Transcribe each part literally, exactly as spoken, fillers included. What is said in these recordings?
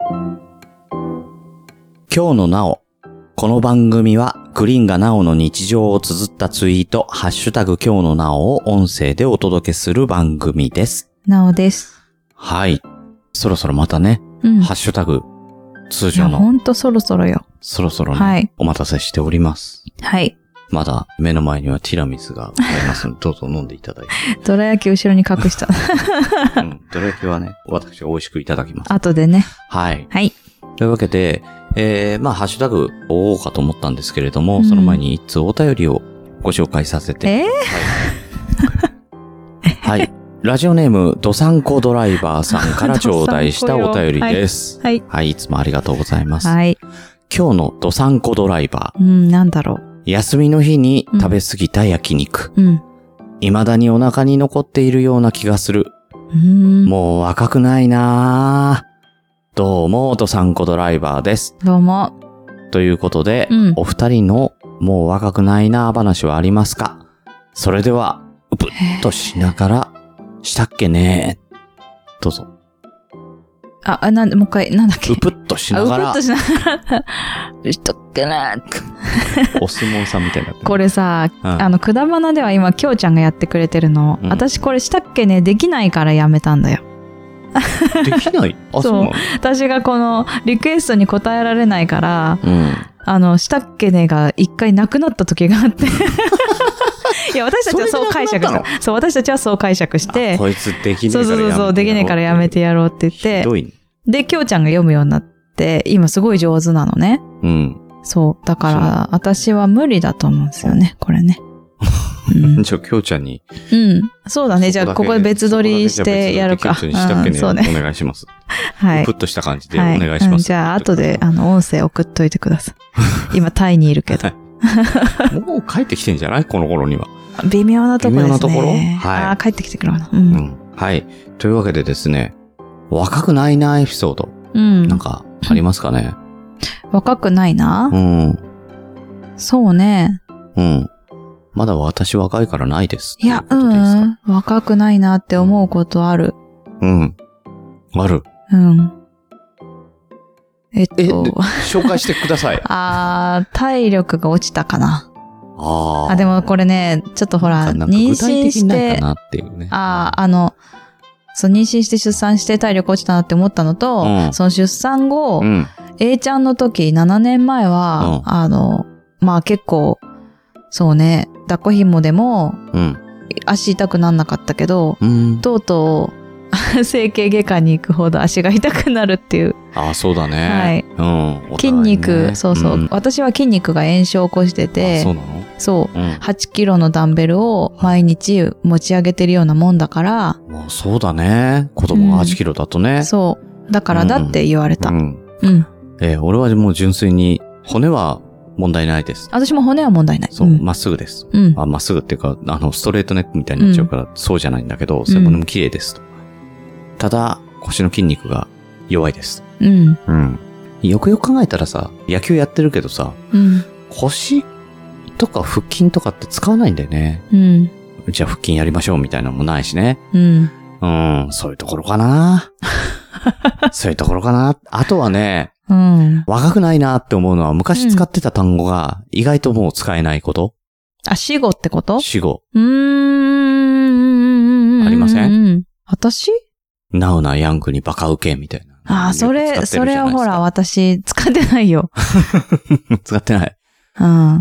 今日のなお。この番組はグリーンがなおの日常を綴ったツイート、ハッシュタグ今日のなおを音声でお届けする番組です。 なおです。 はい。そろそろまたね、 うん、 ハッシュタグ通常の。 いや、ほんとそろそろよ。 そろそろね、 はい、 お待たせしております。 はい。 まだ目の前にはティラミスがありますので、どうぞ飲んでいただいて。 どら焼き後ろに隠した。 うん、どら焼きはね、私は美味しくいただきます。 後でね。 はい。 はい。 というわけで、えー、まあ、ハッシュタグを追おうかと思ったんですけれども、うん、その前に一通お便りをご紹介させて。 えー、はい。はい。ラジオネーム、ドサンコドライバーさんから頂戴したお便りです。 はい。 はい。いつもありがとうございます。 はい。 今日のドサンコドライバー。 うん、なんだろう。 休みの日に食べ過ぎた焼肉。 うん。 未だにお腹に残っているような気がする。 うん。 もう若くないなぁ。どうも、ドサンコドライバーです。 どうも。 ということで、 うん、 お二人のもう若くないな話はありますか？それでは、うぷっとしながら、したっけねー。どうぞ。 あ、あ、なんで、もう一回、なんだっけ。 うぷっとしながら。 うぷっとしながら。したっけねー。 お相撲さんみたいになってる。 これさ、うん、あの、くだばなでは今、きょうちゃんがやってくれてるの。うん、私これしたっけねできないからやめたんだよ。 できない？あ、そうなの？ 私がこのリクエストに答えられないから、 うん、 あの、したっけねが一回なくなった時があって。いや、私たちはそう解釈した。そう、私たちはそう解釈して。 こいつできねえからやめてやろう。 そうそうそう、できねえからやめてやろうって言って。 ひどいね。 で、きょうちゃんが読むようになって、今すごい上手なのね。 うん。 そう。だから、私は無理だと思うんですよね、これね。 うん、じゃあ、きょうちゃんに。 うん。そうだね。じゃあ、ここで別撮りしてやるか。 きょうちゃんにしたっけね、 そうね。 お願いします。 はい。 プッとした感じでお願いします。はいうん、じゃあ、後で、あの、音声送っといてください。今、タイにいるけど。 もう帰ってきてんじゃないこの頃には。 微妙なところですね。微妙なところ？ はい。 ああ、帰ってきてくるわな。うん。 うん。はい。というわけでですね、若くないなエピソード。 うん。 なんか、ありますかね？ 若くないな？ うん。 そうね。 うん。まだ私若いからないです。 いや、うん。若くないなって思うことある。 うん。ある。 うん。えっと。 え、紹介してください。 あー、体力が落ちたかな。 ああ。あ、でもこれね、ちょっとほら、妊娠して、 なっていうね。 あー、あの、そう、妊娠して出産して体力落ちたなって思ったのと、うん、その出産後、うん、A ちゃんの時、ななねんまえは、うん、あの、まあ結構、そうね、抱っこ紐でも、うん、足痛くなんなかったけど、うん、とうとう、整形外科に行くほど足が痛くなるっていう。 ああ、そうだね。 はい。うん。 ね、 筋肉、そうそう、うん。私は筋肉が炎症を起こしてて、 あ、そうなの？ そう、うん。はちキロのダンベルを毎日持ち上げてるようなもんだから。 もうそうだね。子供がはちキロだとね。 うん、そう。だからだって言われた。うん。 うん。えー、俺はもう純粋に、骨は問題ないです。 私も骨は問題ない。 そう、ま、うん、っすぐです。うん。ま、まっすぐっていうか、あの、ストレートネックみたいになっちゃうから、うん、そうじゃないんだけど、背骨も綺麗ですと。ただ、腰の筋肉が弱いです。 うん。 うん。よくよく考えたらさ、野球やってるけどさ、 うん、 腰とか腹筋とかって使わないんだよね。 うん。 じゃあ腹筋やりましょうみたいなのもないしね。 うん。 うん、そういうところかな。そういうところかな。あとはね、 うん、 若くないなって思うのは昔使ってた単語が意外ともう使えないこと。 うん、あ、死語ってこと？ 死語。 うーん。 ありません？ 私？ ナウなヤングにバカウケみたいな。 ああ、それ、それはほら、私、使ってないよ。 使ってない。 うん。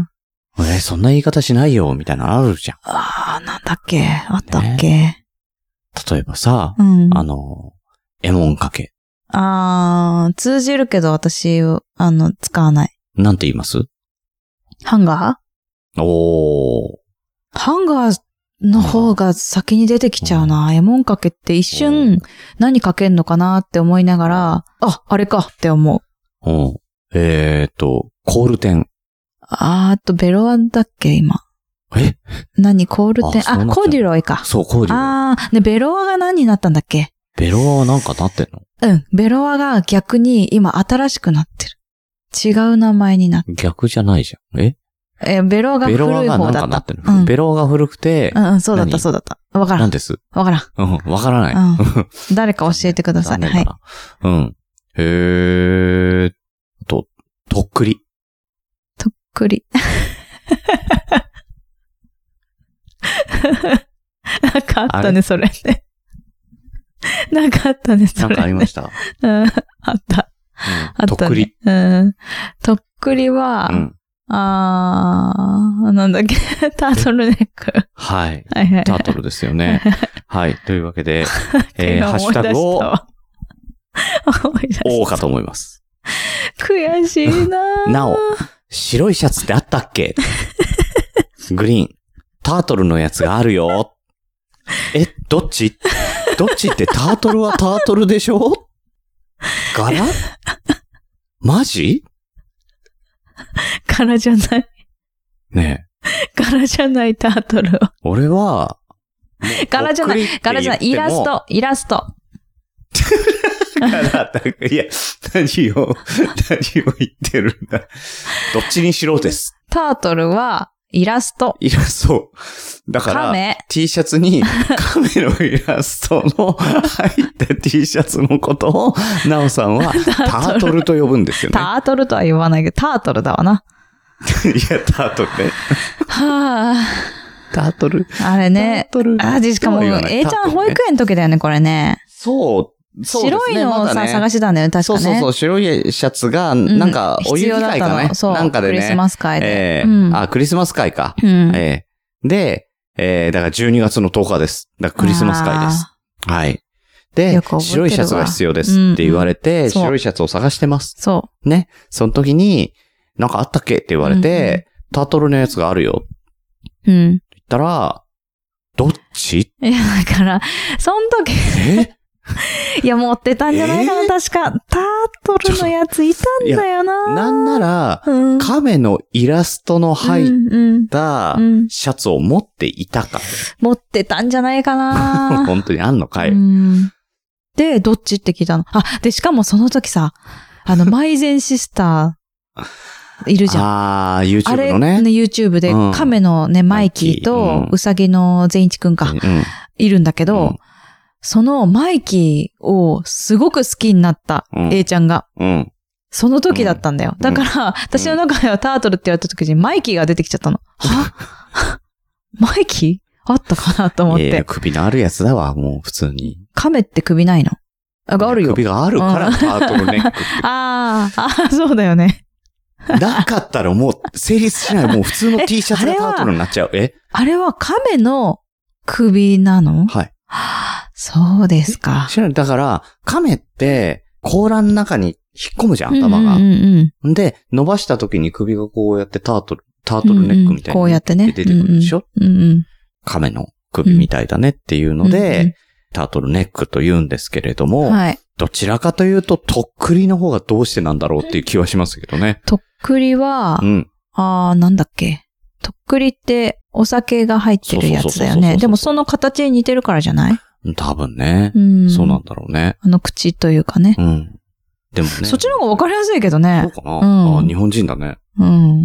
えー、そんな言い方しないよ、みたいなのあるじゃん。 ああ、なんだっけあったっけ、ね、 例えばさ、 うん、 あの、エモンかけ。 ああ、通じるけど私、あの、使わない。 なんて言います？ ハンガー？おー。 ハンガーの方が先に出てきちゃうな。エモンかけって一瞬何かけんのかなって思いながら、あ、あれかって思う。うん。えーっと、コールテン。 あーっと、ベロアだっけ今。 え？ 何コールテン？あ、コーデュロイか。 そう、コーデュロイ。 あー、ね、ベロアが何になったんだっけ？ ベロアはなんかなってんの？ うん、ベロアが逆に今新しくなってる。違う名前になってる。 逆じゃないじゃん。え？ え、ベロアが古い方だった。ベロアがなんかなってる。 うん、ベロアが古くて。 うん、うん、そうだった、そうだった。わからん。 なんです？ わからん。 うん、わからない。 うん。誰か教えてください。はい。 うん。へったね、それね。なんかあったね、それ、ね。 なんかありました？ うん、あった。 うん、 あったね。 とっくり。 うん。とっくりは、うん、あー、なんだっけ、タートルネック。 はい。はいはい、タートルですよね。はい。というわけで、えー、ハッシュタグを、おうかと思います。 悔しいなぁ。 なお、白いシャツってあったっけ？グリーン、タートルのやつがあるよ。え、どっち？どっちってタートルはタートルでしょ？柄？マジ？ 柄じゃない。 ねえ。 柄じゃないタートルは。 俺は、 柄じゃない。柄じゃない。イラスト。イラスト。 柄だ。いや、何を、何を言ってるんだ。どっちにしろです。 タートルは、イラスト。 イラスト。だから、T シャツに亀のイラストの入った T シャツのことを、なおさんはタートルと呼ぶんですよね。 タートルとは言わないけど、タートルだわな。 いや、タートルね。 はぁ。 タートル。 あれね。タートル。あ、しかも、A ちゃん保育園の時だよね、これね。 そう。そうですね、 白いのをさ、まね、探してたんだよね、確かね。 そうそうそう、白いシャツが、なんか、お遊戯会かね、うん、そうなんかでね。 クリスマス会で。 えーうん、あ、クリスマス会か。 うん、 えー、で、えー、だからじゅうにがつのとおかです。だからクリスマス会です。はい。で、白いシャツが必要ですって言われて、うんうん、白いシャツを探してます。 そう。 ね。その時に、なんかあったっけって言われて、うんうん、タートルのやつがあるよ。 うん。 言ったら、どっち？いや、だから、その時。 えいや、持ってたんじゃないかな、えー、確か。タートルのやついたんだよな。 なんなら、うん、亀のイラストの入ったシャツを持っていたか。 持ってたんじゃないかな。 本当にあんのかい、 うん、で、どっちって聞いたの。あ、で、しかもその時さ、あの、マイゼンシスター、いるじゃん。 ああ、YouTube のね。 あれね、YouTube で、亀のね、マイキーと、ウサギの善一くんか、うん、いるんだけど、うんそのマイキーをすごく好きになった、うん、A ちゃんが、うん。その時だったんだよ。うん、だから、私の中ではタートルって言われた時にマイキーが出てきちゃったの。はマイキーあったかなと思って。 いや、首のあるやつだわ、もう普通に。 亀って首ないの？あ、があるよ。 首があるからタートルネック。 ああ、ああ、そうだよね。 なかったらもう成立しない。もう普通の T シャツがタートルになっちゃう。えあれは亀の首なの？ はい。 そうですか。 知らない。だから、亀って、甲羅の中に引っ込むじゃん、頭が。 うんうんうん、 で、伸ばした時に首がこうやってタートル、タートルネックみたいな、うんうん。こうやってね。出てくるでしょ、 うんうん、 亀の首みたいだねっていうので、うんうん、タートルネックと言うんですけれども、はい、どちらかというと、とっくりの方がどうしてなんだろうっていう気はしますけどね。 とっくりは、うん、あー、なんだっけ。とっくりって、お酒が入ってるやつだよね。でもその形に似てるからじゃない？ 多分ね、うん。そうなんだろうね。 あの口というかね。 うん。でもね。 そっちの方が分かりやすいけどね。 そうかな、うん、あ、日本人だね。 うん。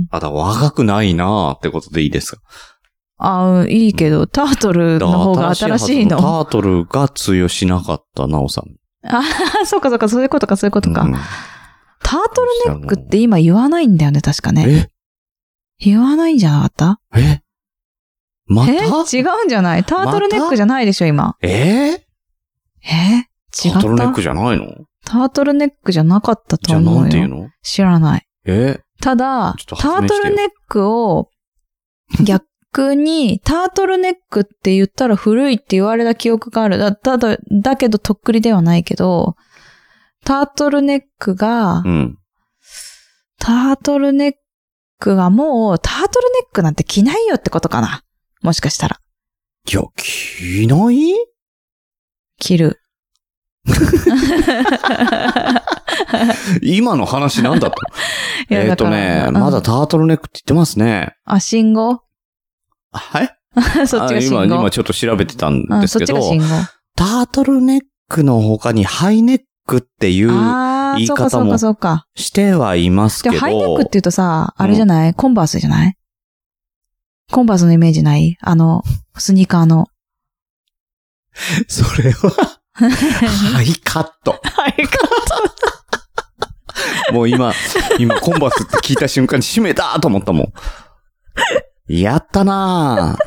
あ、だ若くないなーってことでいいですか？ あ、いいけど、タートルの方が新しいの。 タートルが通用しなかったなおさん。 ああ、そうかそうか、そういうことか、そういうことか。うん、タートルネックって今言わないんだよね、確かね。え？言わないんじゃなかった？ え？また？ え？違うんじゃない？タートルネックじゃないでしょ、今。 えー、え違った？タートルネックじゃないの？ タートルネックじゃなかったと思うよ。 じゃあなんて言うの？ 知らない。 え？ ただ、タートルネックを逆に、タートルネックって言ったら古いって言われた記憶がある。だ、ただ、だけどとっくりではないけど、タートルネックが、うん、タートルネックがもう、タートルネックなんて着ないよってことかな。もしかしたら。 いや、着ない？ 着る。 今の話なんだと。えっとね、うん、まだタートルネックって言ってますね。 あ、信号？ はいそっちが信号。 今、今ちょっと調べてたんですけど、 そっちが信号。 タートルネックの他にハイネックっていう言い方もしてはいますけど。 で、ハイネックって言うとさ、あれじゃない、うん、コンバースじゃない？コンバースのイメージない？あの、スニーカーの。 それは、ハイカット。 ハイカット。もう今、今コンバースって聞いた瞬間に閉めたと思ったもん。やったなぁ。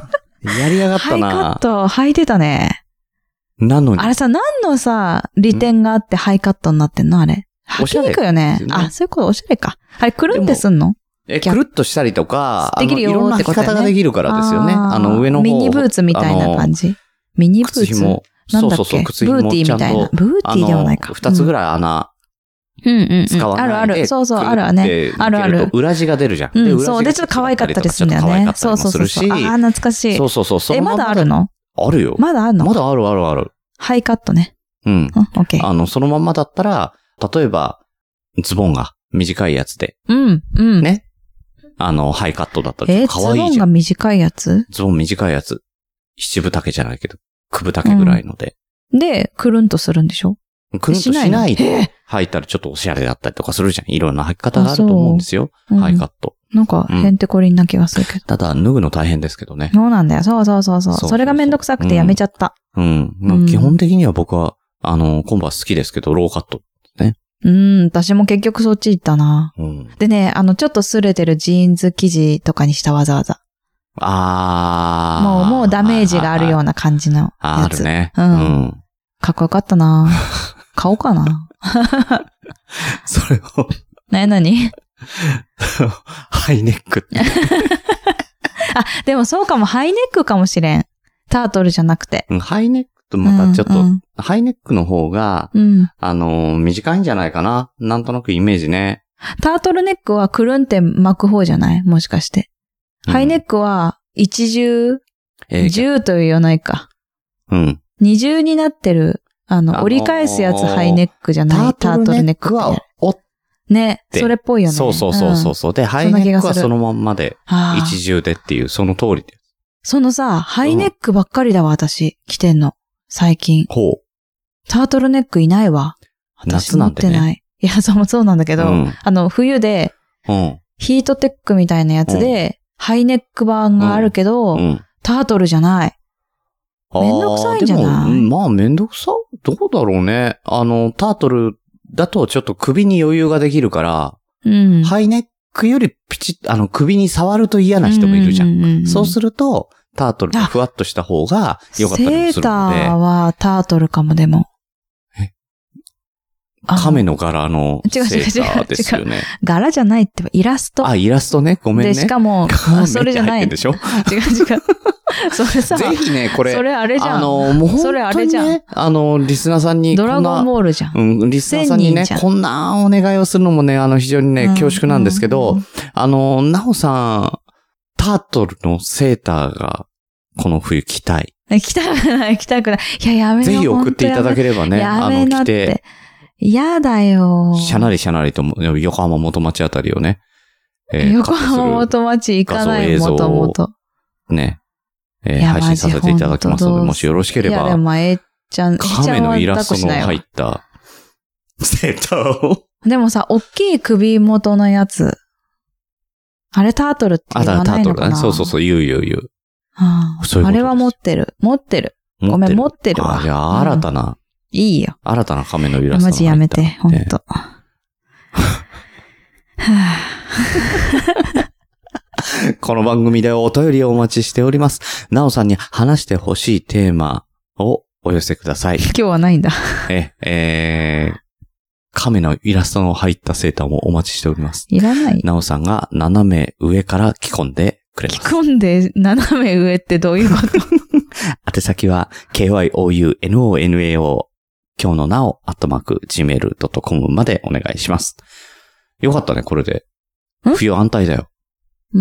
やりやがったな。 ハイカット履いてたね。 なのに。 あれさ、何のさ、利点があってハイカットになってんのあれ。履きにくいよね。あ、そういうこと、おしゃれか。あれ、くるんってすんの？ え、くるっとしたりとか、 できるよいろんな履き方ができるからですよね。あの、上の方。 ミニブーツみたいな感じ。ミニブーツ。 靴紐。 なんだっけ？ブーティーみたいな。ブーティーではないか。 二つぐらい穴。 うんうんうん。 使わないで。 あるある。そうそう、あるわね。あるある。 裏地が出るじゃん。 うん、そう。で、ちょっと可愛かったりするんだよね。そうそうそう。ああ、懐かしい。 そうそうそう。 え、まだあるの？ あるよ。 まだあるの？ まだあるあるある。 ハイカットね。 うん。 オッケー。 あの、そのまんまだったら、例えば、ズボンが短いやつで。 うん、うん。 ね。あの、ハイカットだったら可愛いじゃん。 え、ズボンが短いやつ？ ズボン短いやつ。七分丈じゃないけど、九分丈ぐらいので。 で、くるんとするんでしょ？ くるんとしないで、履いたらちょっとおしゃれだったりとかするじゃん。いろんな履き方があると思うんですよ。ハイカット。 なんか、へんてこりんな気がするけど。 ただ、脱ぐの大変ですけどね。 そうなんだよ。そうそうそうそう。それがめんどくさくてやめちゃった。 うん。基本的には僕は、あの、コンバース好きですけど、ローカットね。 うん、私も結局そっち行ったな。 うん、 でね、あの、ちょっと擦れてるジーンズ生地とかにしたわざわざ。 あー。 もう、もうダメージがあるような感じのやつ。 あるね。 うん。うん、かっこよかったな。買おうかな。 それを。 なになにハイネックって。 あ、でもそうかも、ハイネックかもしれん。タートルじゃなくて。 うん、ハイネックとまたちょっと、うんうん、ハイネックの方が、うん、あのー、短いんじゃないかな。なんとなくイメージね。 タートルネックはくるんって巻く方じゃないもしかして。うん、ハイネックは一重、えー、十というようないか。 うん。 二重になってる、あの、あのー、折り返すやつハイネックじゃないタートルネックは、ね、それっぽいよね。 そうそうそうそう。うん、で、ハイネックはそのまんまで、一重でっていう、その通りです。 そのさ、ハイネックばっかりだわ、私。着てんの。最近。 ほう。 タートルネックいないわ。 夏なんてね。持ってない。 いや、そうそうなんだけど、うん、あの、冬で、うん、ヒートテックみたいなやつで、うん、ハイネック版があるけど、うんうん、タートルじゃない。めんどくさいんじゃない？ でもまあ、めんどくさどうだろうね。あの、タートルだとちょっと首に余裕ができるから、うん、ハイネックよりピチッ、あの、首に触ると嫌な人もいるじゃん。うんうんうん、そうすると、タートルがふわっとした方が良かったりもするので。 セーターはタートルかもでも。 え亀の柄のセーターですよね。違う違う違う違う。 柄じゃないってイラスト。 あ、イラストね。ごめんね。 で、しかも、それじゃない。 でしょ違う違う。それさ、 ぜひね、これ。 それあれじゃん。 あの、もう本当にね、それあれじゃん。あの、リスナーさんにドラゴンボールじゃん。 うん、リスナーさんにね、こんなお願いをするのもね、あの、非常にね、恐縮なんですけど、うんうん、あの、なおさん、タートルのセーターが、この冬着たい。 着たくない、着たくない。いや、やめな。 ぜひ送っていただければね、 やめなって。あの、着て。やだよ。 シャナリシャナリと、横浜元町あたりをね。 えー、横浜元町行かないもともと。 ね。えー、配信させていただきますので、もしよろしければ。いや、 でも、えー、ちゃん、 亀のイラストの入ったセーターを。 でもさ、大きい首元のやつ。あれタートルって言わないのかな？あ、タートルだね。 そうそうそう、言う言う言う。 はあ、そういうことです。あれは持ってる。持ってる。ごめん、持ってるわ。 あ、いや、新たな、うん。 いいよ。 新たな亀のイラストの入った。 マジやめて、ほんと。 この番組でお便りをお待ちしております。なおさんに話してほしいテーマをお寄せください。 今日はないんだ。 え、えー、亀のイラストの入ったセーターもお待ちしております。 いらない。 なおさんが斜め上から着込んでくれます。 着込んで斜め上ってどういうこと？ 宛先は ケーワイオーユーエヌオーエヌエーオー 今日のなおアットマーク ジーメールドットコム までお願いします。よかったね、これで。冬安泰だよ。 うん。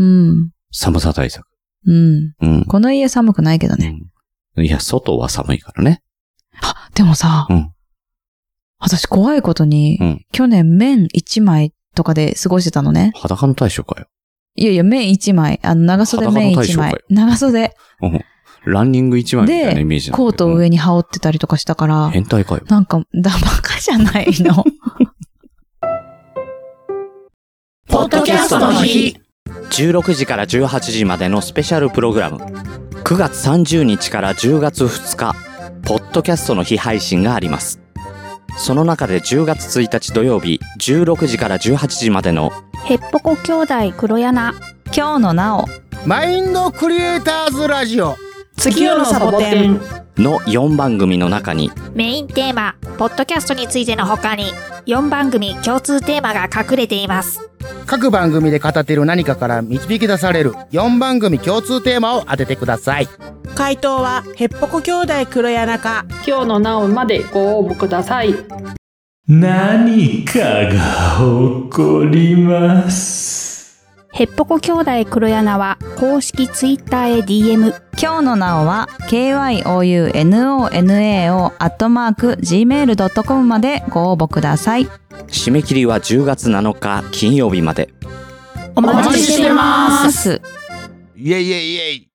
寒さ対策。 うん。うん。この家寒くないけどね。 うん、いや、外は寒いからね。 あ、でもさ、うん、私怖いことに、うん、去年綿一枚とかで過ごしてたのね。 裸の大将かよ。 いやいや、綿一枚。あの、長袖綿一枚。長袖。 うん。ランニング一枚みたいなイメージなんだけど。 コートを上に羽織ってたりとかしたから。 変態かよ。 なんか、だ、バカじゃないの。 ポッドキャストの日。じゅうろくじからじゅうはちじまでのスペシャルプログラム。くがつさんじゅうにちからじゅうがつふつか、ポッドキャストの日配信があります。その中でじゅうがつついたち土曜日、じゅうろくじからじゅうはちじまでのヘッポコ兄弟黒柳、 今日のなお、 マインドクリエイターズラジオ、 月夜のサボテンのよんばん組の中に、 メインテーマ、ポッドキャストについての他に、よんばん組共通テーマが隠れています。 各番組で語っている何かから導き出されるよんばん組共通テーマを当ててください。 回答はへっぽこ兄弟黒柳か今日のなおまでご応募ください。 何かが起こります。 へっぽこ兄弟黒柳は公式ツイッターへ ディーエム。 今日のなおは ケーワイオーユーエヌオーエヌエーオー アットマーク ジーメールドットコム までご応募ください。 締め切りはじゅうがつなのか金曜日まで。 お待ちしてます。 イエイイエイイエイ。